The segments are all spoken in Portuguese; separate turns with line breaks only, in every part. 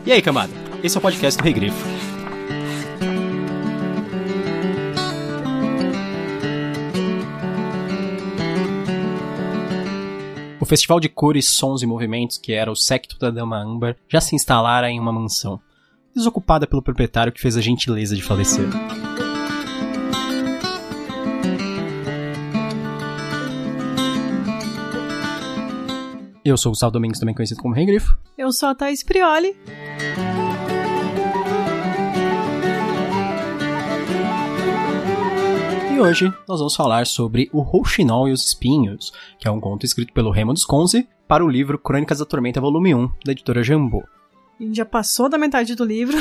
E aí, cambada? Esse é o podcast do Rei Grifo. O festival de cores, sons e movimentos, que era o Séquito da Dama Âmbar, já se instalara em uma mansão, desocupada pelo proprietário que fez a gentileza de falecer. Eu sou o Gustavo Domingos, também conhecido como Rei Grifo.
Eu sou a Thaís Prioli.
E hoje nós vamos falar sobre O Rouxinol e os Espinhos, que é um conto escrito pelo Raymond Sconzi para o livro Crônicas da Tormenta, volume 1, da editora Jambô.
A gente já passou da metade do livro.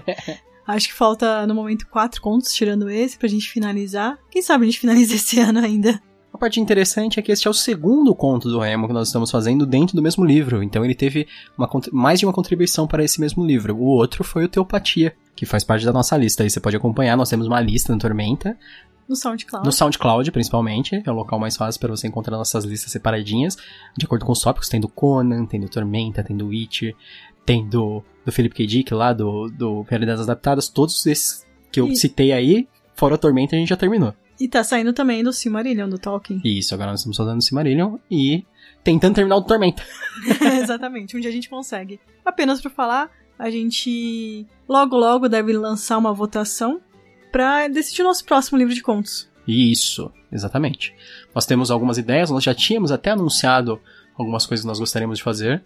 Acho que falta, no momento, 4 contos, tirando esse, pra gente finalizar. Quem sabe a gente finaliza esse ano ainda.
A parte interessante é que este é o segundo conto do Remo que nós estamos fazendo dentro do mesmo livro, então ele teve mais de uma contribuição para esse mesmo livro. O outro foi o Teopatia, que faz parte da nossa lista. Aí você pode acompanhar, nós temos uma lista no Tormenta.
No SoundCloud.
No SoundCloud, principalmente, é o local mais fácil para você encontrar nossas listas separadinhas, de acordo com os tópicos. Tem do Conan, tem do Tormenta, tem do Witcher, tem do Philip K. Dick lá, do Realidades Adaptadas. Todos esses que eu citei aí, fora o Tormenta, a gente já terminou.
E tá saindo também do Silmarillion, do Tolkien.
Isso, agora nós estamos rodando o Silmarillion e tentando terminar o Tormenta.
Exatamente, um dia a gente consegue. Apenas pra falar, a gente logo deve lançar uma votação pra decidir o nosso próximo livro de contos.
Isso, exatamente. Nós temos algumas ideias, nós já tínhamos até anunciado algumas coisas que nós gostaríamos de fazer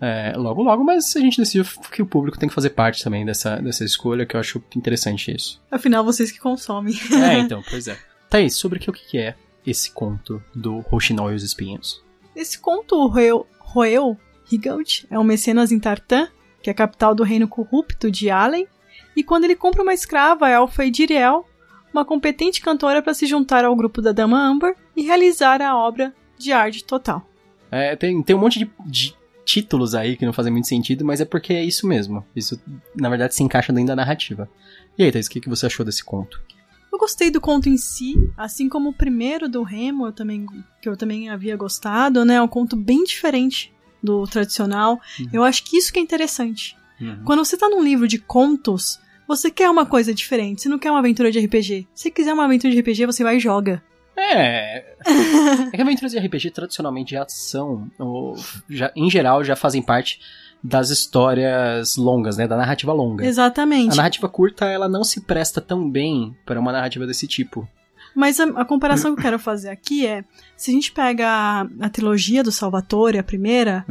logo, mas a gente decidiu que o público tem que fazer parte também dessa escolha, que eu acho interessante isso.
Afinal, vocês que consomem.
Então, pois é. Thaís, sobre o que é esse conto do Rouxinol e os Espinhos?
Esse conto, Roel Higald, é um mecenas em Tartan, que é a capital do reino corrupto de Allen, e quando ele compra uma escrava, a elfa Ediriel, uma competente cantora, para se juntar ao grupo da Dama Âmbar e realizar a obra de arte total.
Tem um monte de títulos aí que não fazem muito sentido, mas é porque é isso mesmo. Isso, na verdade, se encaixa dentro da narrativa. E aí, Thaís, o que você achou desse conto?
Eu gostei do conto em si, assim como o primeiro do Remo, que eu também havia gostado, né? É um conto bem diferente do tradicional. Eu acho que isso que é interessante. Quando você tá num livro de contos, você quer uma coisa diferente, você não quer uma aventura de RPG. Se quiser uma aventura de RPG, você vai e joga.
É que aventuras de RPG tradicionalmente já são, em geral, já fazem parte das histórias longas, né? Da narrativa longa.
Exatamente.
A narrativa curta, ela não se presta tão bem para uma narrativa desse tipo.
Mas a comparação que eu quero fazer aqui é, se a gente pega a trilogia do Salvatore, a primeira,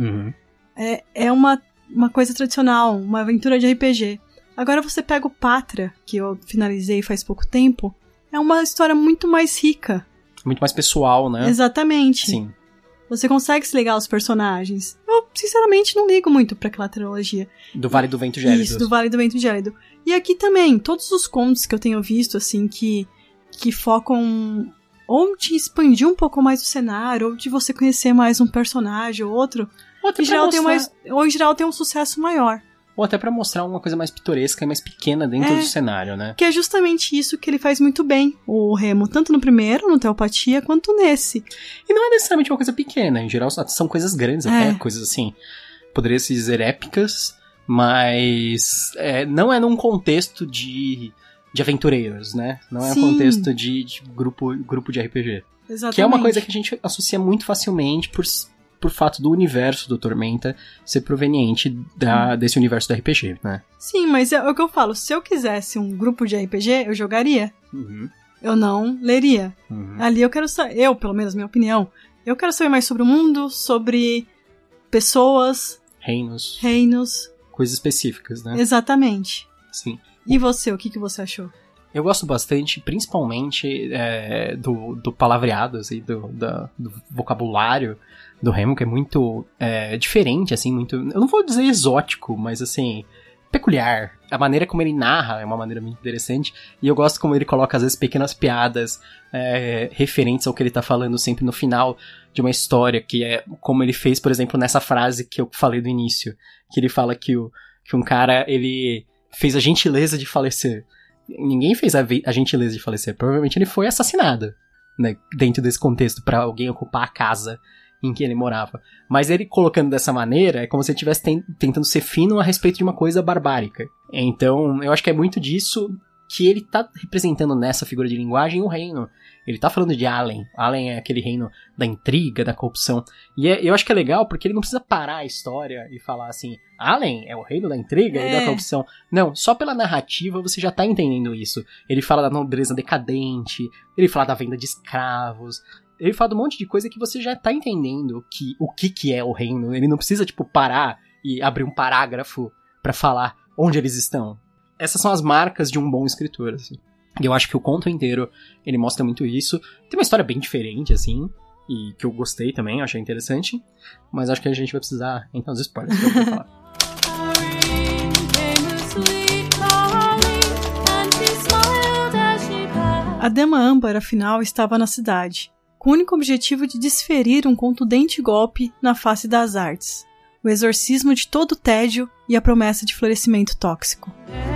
é uma coisa tradicional, uma aventura de RPG. Agora você pega o Pátria, que eu finalizei faz pouco tempo, é uma história muito mais rica.
Muito mais pessoal, né?
Exatamente.
Sim.
Você consegue se ligar aos personagens. Eu, sinceramente, não ligo muito pra aquela trilogia.
Do Vale do Vento Gélido.
Isso, do Vale do Vento Gélido. E aqui também, todos os contos que eu tenho visto, assim, que focam ou de expandir um pouco mais o cenário, ou de você conhecer mais um personagem ou outro, em geral tem um sucesso maior.
Ou até pra mostrar uma coisa mais pitoresca e mais pequena dentro do cenário, né?
Que é justamente isso que ele faz muito bem, o Remo, tanto no primeiro, no Teopatia, quanto nesse.
E não é necessariamente uma coisa pequena, em geral são coisas grandes até, coisas assim, poderia se dizer épicas, mas não é num contexto de aventureiros, né? Não é um contexto de grupo de RPG.
Exatamente.
Que é uma coisa que a gente associa muito facilmente por fato do universo do Tormenta ser proveniente desse universo do RPG, né?
Sim, mas é o que eu falo. Se eu quisesse um grupo de RPG, eu jogaria. Eu não leria. Ali eu quero saber, pelo menos, minha opinião, eu quero saber mais sobre o mundo, sobre pessoas,
reinos, coisas específicas, né?
Exatamente.
Sim.
E você, o que você achou? Eu
gosto bastante, principalmente do palavreado, assim, do vocabulário do Remo, que é muito diferente, assim, muito... Eu não vou dizer exótico, mas, assim, peculiar. A maneira como ele narra é uma maneira muito interessante, e eu gosto como ele coloca, às vezes, pequenas piadas referentes ao que ele tá falando sempre no final de uma história, que é como ele fez, por exemplo, nessa frase que eu falei do início, que ele fala que um cara, ele fez a gentileza de falecer. Ninguém fez a gentileza de falecer. Provavelmente ele foi assassinado, né, dentro desse contexto, pra alguém ocupar a casa em que ele morava. Mas ele colocando dessa maneira, é como se ele estivesse tentando ser fino a respeito de uma coisa barbárica. Então, eu acho que é muito disso que ele tá representando nessa figura de linguagem o reino. Ele tá falando de Allen. Allen é aquele reino da intriga, da corrupção. E eu acho que é legal porque ele não precisa parar a história e falar assim, Allen é o reino da intriga e da corrupção. Não, só pela narrativa você já tá entendendo isso. Ele fala da nobreza decadente, ele fala da venda de escravos, ele fala de um monte de coisa que você já tá entendendo o que é o reino. Ele não precisa, tipo, parar e abrir um parágrafo pra falar onde eles estão. Essas são as marcas de um bom escritor, assim. E eu acho que o conto inteiro, ele mostra muito isso. Tem uma história bem diferente, assim, e que eu gostei também, eu achei interessante. Mas acho que a gente vai precisar entrar nos spoilers pra eu falar.
A Dama Âmbar, afinal, estava na cidade, com o único objetivo de desferir um contundente golpe na face das artes. O exorcismo de todo o tédio e a promessa de florescimento tóxico.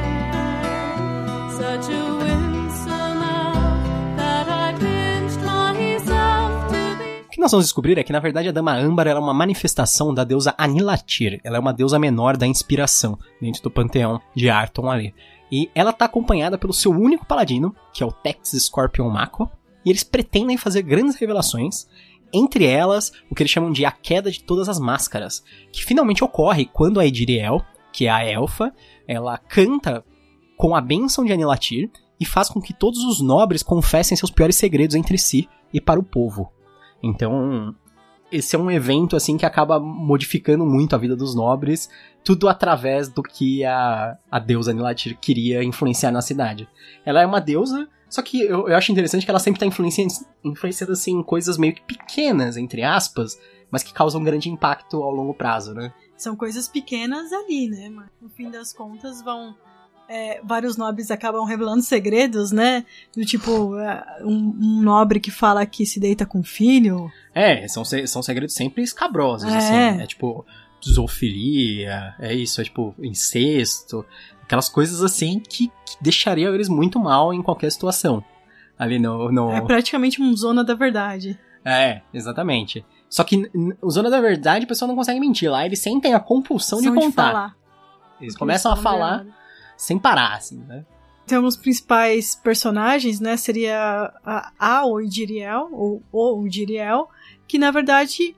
O que nós vamos descobrir é que, na verdade, a Dama Âmbar ela é uma manifestação da deusa Anilatir. Ela é uma deusa menor da inspiração, dentro do panteão de Arton ali. E ela está acompanhada pelo seu único paladino, que é o Tex Scorpion Mako, e eles pretendem fazer grandes revelações, entre elas, o que eles chamam de a queda de todas as máscaras, que finalmente ocorre quando a Ediriel, que é a elfa, ela canta com a bênção de Anilatir e faz com que todos os nobres confessem seus piores segredos entre si e para o povo. Então, esse é um evento assim que acaba modificando muito a vida dos nobres, tudo através do que a deusa Anilatir queria influenciar na cidade. Ela é uma deusa, só que eu acho interessante que ela sempre está influenciando assim, em coisas meio que pequenas, entre aspas, mas que causam grande impacto ao longo prazo, né?
São coisas pequenas ali, né? Mas no fim das contas vários nobres acabam revelando segredos, né? Do tipo, um nobre que fala que se deita com o filho.
São segredos sempre escabrosos, assim. É tipo, zoofilia, é isso, é tipo, incesto. Aquelas coisas assim que deixariam eles muito mal em qualquer situação. Ali no...
É praticamente uma zona da verdade.
Exatamente. Só que o Zona da Verdade a pessoa não consegue mentir. Lá eles sentem a compulsão de contar.
Falar.
Eles começam a falar sem parar, assim, né?
Tem alguns principais personagens, né? Seria a Oidiriel, ou o Oidiriel, que na verdade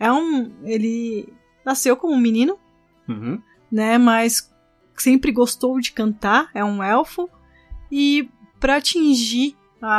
ele nasceu como um menino, né? Mas sempre gostou de cantar, é um elfo, e para atingir a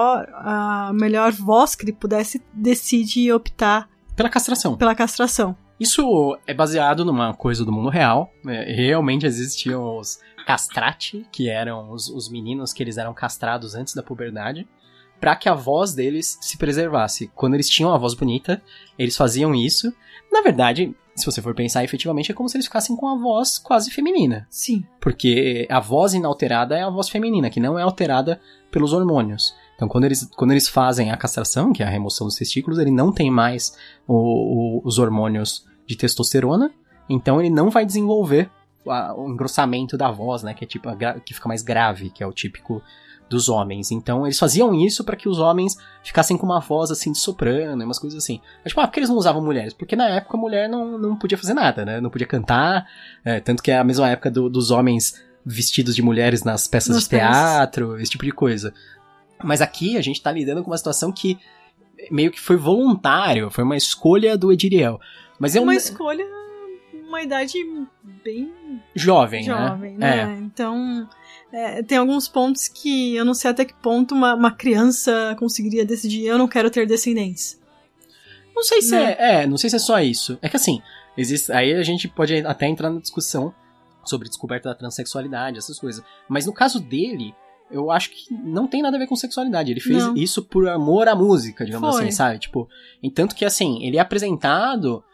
melhor voz que ele pudesse, decide optar
pela castração. Isso é baseado numa coisa do mundo real. Realmente existiam os castrati, que eram os meninos que eles eram castrados antes da puberdade, para que a voz deles se preservasse. Quando eles tinham a voz bonita, eles faziam isso. Na verdade, se você for pensar efetivamente, é como se eles ficassem com a voz quase feminina.
Sim.
Porque a voz inalterada é a voz feminina, que não é alterada pelos hormônios. Então, quando eles fazem a castração, que é a remoção dos testículos, ele não tem mais os hormônios de testosterona, então ele não vai desenvolver o engrossamento da voz, né, que é tipo que fica mais grave, que é o típico dos homens. Então, eles faziam isso para que os homens ficassem com uma voz assim de soprano, umas coisas assim. Tipo, por que eles não usavam mulheres? Porque na época a mulher não podia fazer nada, né? Não podia cantar, tanto que é a mesma época dos homens vestidos de mulheres nas peças de teatro, esse tipo de coisa. Mas aqui a gente tá lidando com uma situação que meio que foi voluntário, foi uma escolha do Ediriel. Mas
uma escolha, uma idade bem
jovem,
né? Então, tem alguns pontos que eu não sei até que ponto uma criança conseguiria decidir, eu não quero ter descendentes.
Não sei se não sei se é só isso. É que assim, aí a gente pode até entrar na discussão sobre descoberta da transexualidade, essas coisas. Mas no caso dele, eu acho que não tem nada a ver com sexualidade. Ele fez isso por amor à música, digamos assim, sabe? Tipo, entanto que assim, ele é apresentado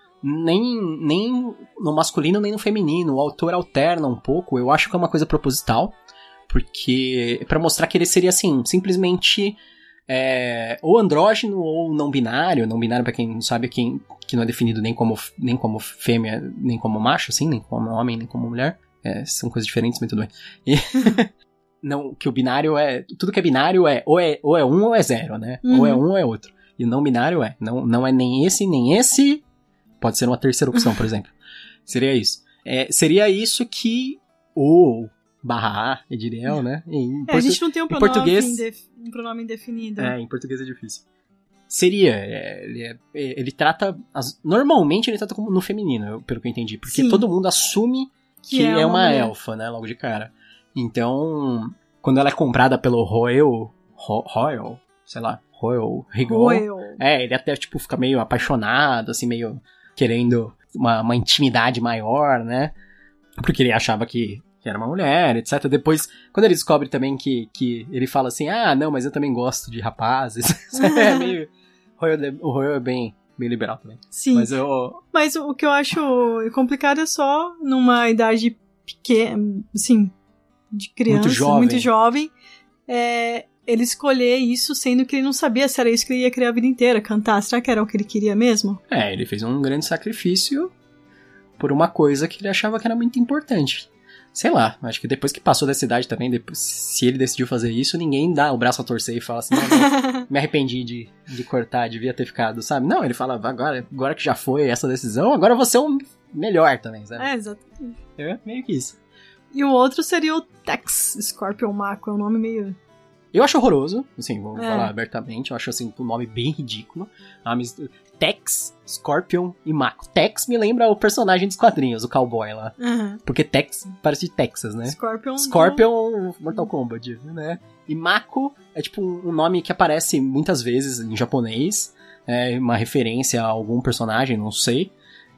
nem no masculino nem no feminino. O autor alterna um pouco. Eu acho que é uma coisa proposital, porque pra mostrar que ele seria assim, simplesmente ou andrógeno ou não binário. Não binário, pra quem não sabe, que não é definido nem como fêmea, nem como macho, assim, nem como homem, nem como mulher. São coisas diferentes, mas tudo bem. Não, que o binário tudo que é binário ou é um ou é zero, né? Ou é um ou é outro. E não binário não é nem esse, pode ser uma terceira opção, por exemplo. Seria isso. Seria isso que o /A, Ediriel, né?
A gente não tem um
pronome
indefinido.
Em português é difícil. Seria, ele trata, normalmente ele trata como no feminino, pelo que eu entendi, porque
Sim.
todo mundo assume que é uma elfa, né, logo de cara. Então, quando ela é comprada pelo Royal, sei lá, Royal Rigor, ele até, tipo, fica meio apaixonado, assim, meio querendo uma intimidade maior, né, porque ele achava que era uma mulher, etc. Depois, quando ele descobre também que ele fala assim, não, mas eu também gosto de rapazes, é meio... O Royal é bem liberal também.
Sim, mas o que eu acho complicado é só numa idade pequena, assim, de criança, muito jovem, ele escolher isso, sendo que ele não sabia se era isso que ele ia criar a vida inteira, cantar. Será que era o que ele queria mesmo?
Ele fez um grande sacrifício por uma coisa que ele achava que era muito importante. Sei lá, acho que depois que passou dessa idade também, se ele decidiu fazer isso, ninguém dá o braço a torcer e fala assim, não, me arrependi de cortar, devia ter ficado, sabe? Não, ele fala, agora que já foi essa decisão, agora você é o melhor também, sabe?
Exatamente.
Meio que isso.
E o outro seria o Tex Scorpion Mako, é um nome meio...
Eu acho horroroso, assim, vou falar abertamente, eu acho assim um nome bem ridículo. Tex, Scorpion e Mako. Tex me lembra o personagem dos quadrinhos, o cowboy lá.
Uhum.
Porque Tex parece de Texas, né? Scorpion Mortal Kombat, né? E Mako é tipo um nome que aparece muitas vezes em japonês, uma referência a algum personagem, não sei,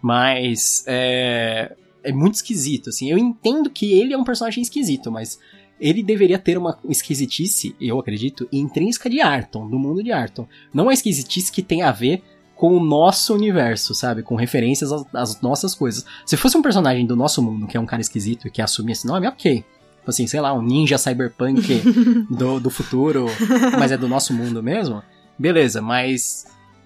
mas é muito esquisito, assim. Eu entendo que ele é um personagem esquisito, mas ele deveria ter uma esquisitice, eu acredito, intrínseca de Arton, do mundo de Arton. Não uma esquisitice que tem a ver com o nosso universo, sabe? Com referências às nossas coisas. Se fosse um personagem do nosso mundo, que é um cara esquisito e que assumir esse nome, ok. Assim, sei lá, um ninja cyberpunk do futuro, mas é do nosso mundo mesmo, beleza, mas...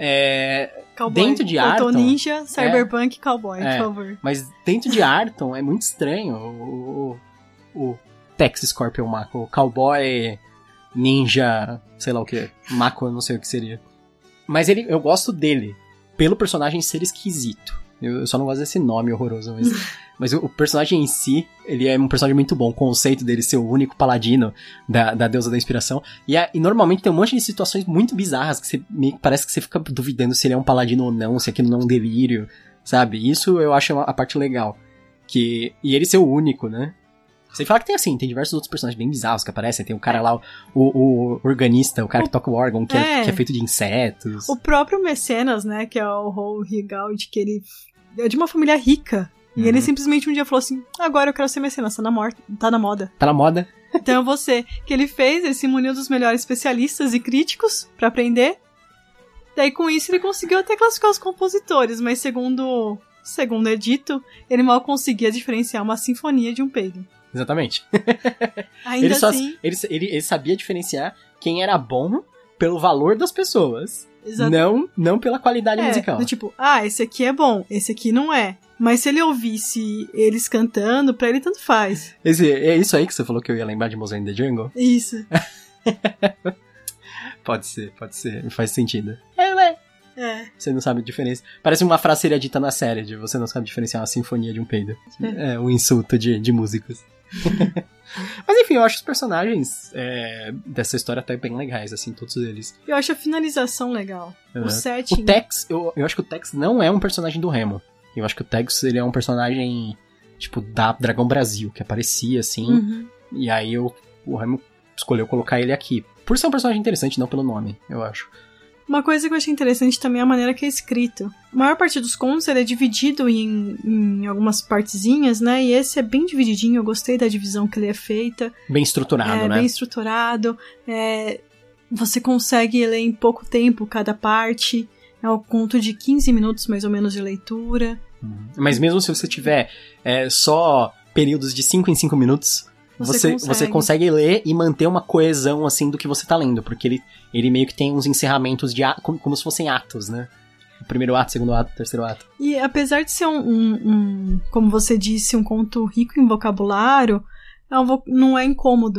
Cowboy.
Dentro de Arton...
ninja, cyberpunk, cowboy, por favor.
Mas dentro de Arton é muito estranho o Tex Scorpion Mako, cowboy, ninja, sei lá o que, Mako eu não sei o que seria. Mas eu gosto dele, pelo personagem ser esquisito. Eu só não gosto desse nome horroroso, mas o personagem em si, ele é um personagem muito bom. O conceito dele ser o único paladino da deusa da inspiração. E normalmente tem um monte de situações muito bizarras que parece que você fica duvidando se ele é um paladino ou não, se aquilo não é um delírio, sabe? Isso eu acho a parte legal. E ele ser o único, né? Você fala que tem diversos outros personagens bem bizarros que aparecem. Tem o cara lá, o organista, o cara que toca o órgão, que é feito de insetos.
O próprio Mecenas, né, que é o Hou Higald, que ele é de uma família rica. E ele simplesmente um dia falou assim, agora eu quero ser mecenas, tá na moda.
Tá na moda.
Então eu vou ser. O que ele fez? Ele se muniu dos melhores especialistas e críticos pra aprender. Daí com isso ele conseguiu até classificar os compositores, mas segundo é dito, ele mal conseguia diferenciar uma sinfonia de um peido.
Exatamente.
Ainda assim...
Ele sabia diferenciar quem era bom pelo valor das pessoas. Não pela qualidade musical.
Do tipo, esse aqui é bom, esse aqui não é. Mas se ele ouvisse eles cantando, pra ele tanto faz.
É isso aí que você falou que eu ia lembrar de Mozart in the Jungle?
Isso.
Pode ser. Faz sentido.
Você
não sabe a diferença. Parece uma frase seria dita na série, de você não sabe diferenciar uma sinfonia de um peido. É um insulto de músicos. Mas enfim, eu acho os personagens dessa história até bem legais, assim, todos eles.
Eu acho a finalização legal. O setting.
O Tex, eu acho que o Tex não é um personagem do Remo. Eu acho que o Tex, ele é um personagem, tipo, da Dragão Brasil, que aparecia, assim.
Uhum.
E aí o Remo escolheu colocar ele aqui. Por ser um personagem interessante, não pelo nome, eu acho.
Uma coisa que eu achei interessante também é a maneira que é escrito. A maior parte dos contos ele é dividido em algumas partezinhas, né? E esse é bem divididinho, eu gostei da divisão que ele é feita.
Bem estruturado, né?
Bem estruturado. Você consegue ler em pouco tempo cada parte. É um conto de 15 minutos, mais ou menos, de leitura.
Mas mesmo se você tiver só períodos de 5 em 5 minutos... Você consegue ler e manter uma coesão, assim, do que você tá lendo, porque ele meio que tem uns encerramentos como se fossem atos, né? O primeiro ato, segundo ato, terceiro ato.
E apesar de ser como você disse, um conto rico em vocabulário, não é incômodo.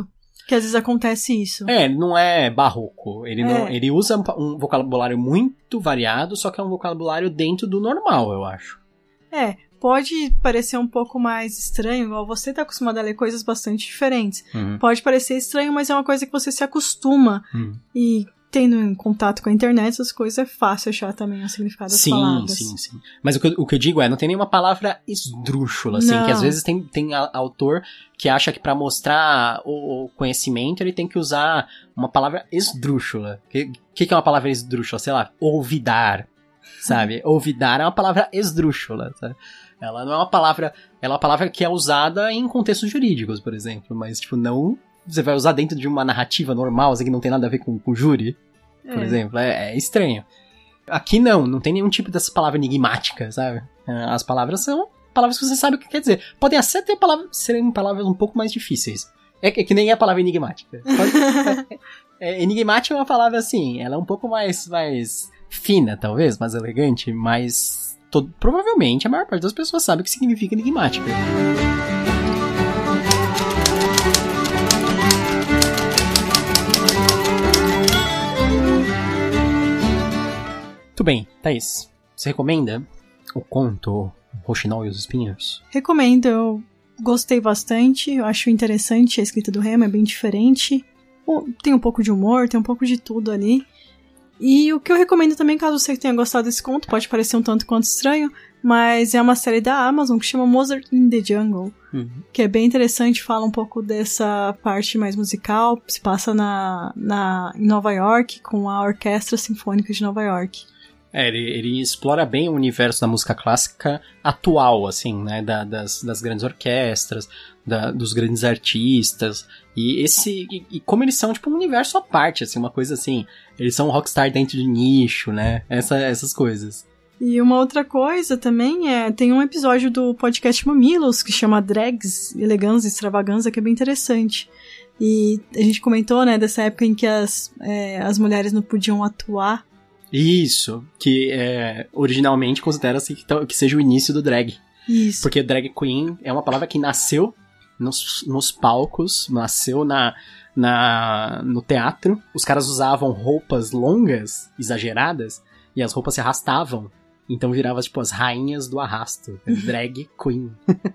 Que às vezes acontece isso.
Não é barroco. Ele usa um vocabulário muito variado, só que é um vocabulário dentro do normal, eu acho.
Pode parecer um pouco mais estranho, igual você tá acostumado a ler coisas bastante diferentes. Pode parecer estranho, mas é uma coisa que você se acostuma. E tendo em contato com a internet, essas coisas é fácil achar também o significado das palavras. Sim.
Mas o que eu digo não tem nenhuma palavra esdrúxula, assim, que às vezes tem autor que acha que pra mostrar o conhecimento ele tem que usar uma palavra esdrúxula. O que é uma palavra esdrúxula? Sei lá, olvidar, sabe? Olvidar é uma palavra esdrúxula, sabe? Ela não é uma palavra... Ela é uma palavra que é usada em contextos jurídicos, por exemplo, mas, tipo, não... Você vai usar dentro de uma narrativa normal, assim, que não tem nada a ver com júri, por exemplo. É estranho. Aqui não tem nenhum tipo dessa palavra enigmática, sabe? As palavras são palavras que você sabe o que quer dizer. Podem até serem palavras um pouco mais difíceis. É que nem a palavra enigmática. Enigmática é uma palavra assim, ela é um pouco mais fina, talvez, mais elegante, mas provavelmente a maior parte das pessoas sabe o que significa enigmática. Muito bem, Thaís, você recomenda o conto Rouxinol e os Espinhos?
Recomendo, eu gostei bastante, eu acho interessante a escrita do Remo, é bem diferente, tem um pouco de humor, tem um pouco de tudo ali. E o que eu recomendo também, caso você tenha gostado desse conto, pode parecer um tanto quanto estranho, mas é uma série da Amazon que chama Mozart in the Jungle, que é bem interessante, fala um pouco dessa parte mais musical, se passa em Nova York, com a Orquestra Sinfônica de Nova York.
Ele explora bem o universo da música clássica atual, assim, né, das grandes orquestras, dos grandes artistas, e como eles são, tipo, um universo à parte, assim, uma coisa assim, eles são um rockstar dentro de nicho, né, essas coisas.
E uma outra coisa também tem um episódio do podcast Mamilos, que chama Drags, Elegância e Extravaganza, que é bem interessante. E a gente comentou, né, dessa época em que as mulheres não podiam atuar.
Isso, que originalmente considera-se que seja o início do drag.
Isso.
Porque drag queen é uma palavra que nasceu nos palcos, nasceu no teatro. Os caras usavam roupas longas, exageradas, e as roupas se arrastavam. Então virava, tipo, as rainhas do arrasto. Drag queen.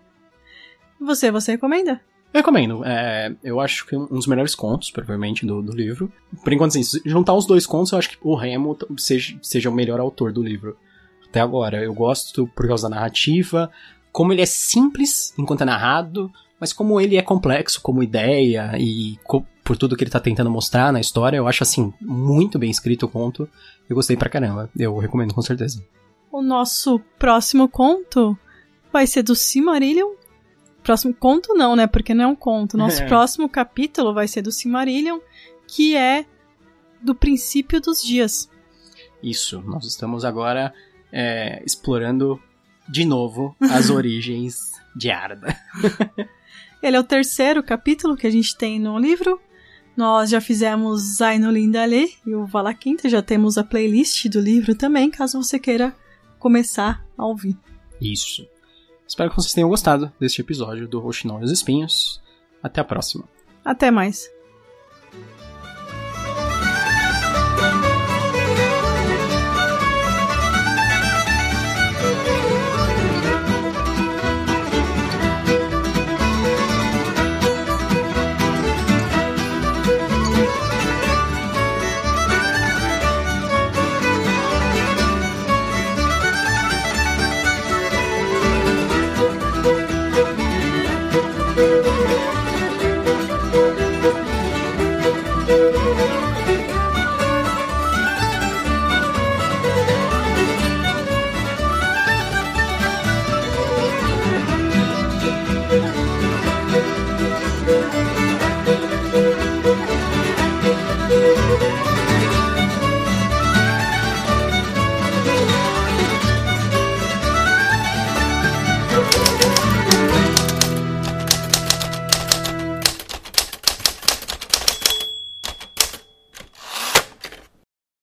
Você recomenda?
Eu recomendo. Eu acho que é um dos melhores contos, provavelmente, do livro. Por enquanto, assim, se juntar os dois contos, eu acho que o Remo seja o melhor autor do livro. Até agora. Eu gosto por causa da narrativa, como ele é simples enquanto é narrado, mas como ele é complexo como ideia e por tudo que ele tá tentando mostrar na história, eu acho, assim, muito bem escrito o conto. Eu gostei pra caramba. Eu recomendo com certeza.
O nosso próximo conto vai ser do Silmarillion. Próximo conto não, né? Porque não é um conto. Nosso próximo capítulo vai ser do Silmarillion, que é do princípio dos dias.
Isso. Nós estamos agora explorando de novo as origens de Arda.
Ele é o terceiro capítulo que a gente tem no livro. Nós já fizemos Ainulin Dale e o Valaquinta. Já temos a playlist do livro também, caso você queira começar a ouvir.
Isso. Espero que vocês tenham gostado deste episódio do Rouxinol e os Espinhos. Até a próxima.
Até mais.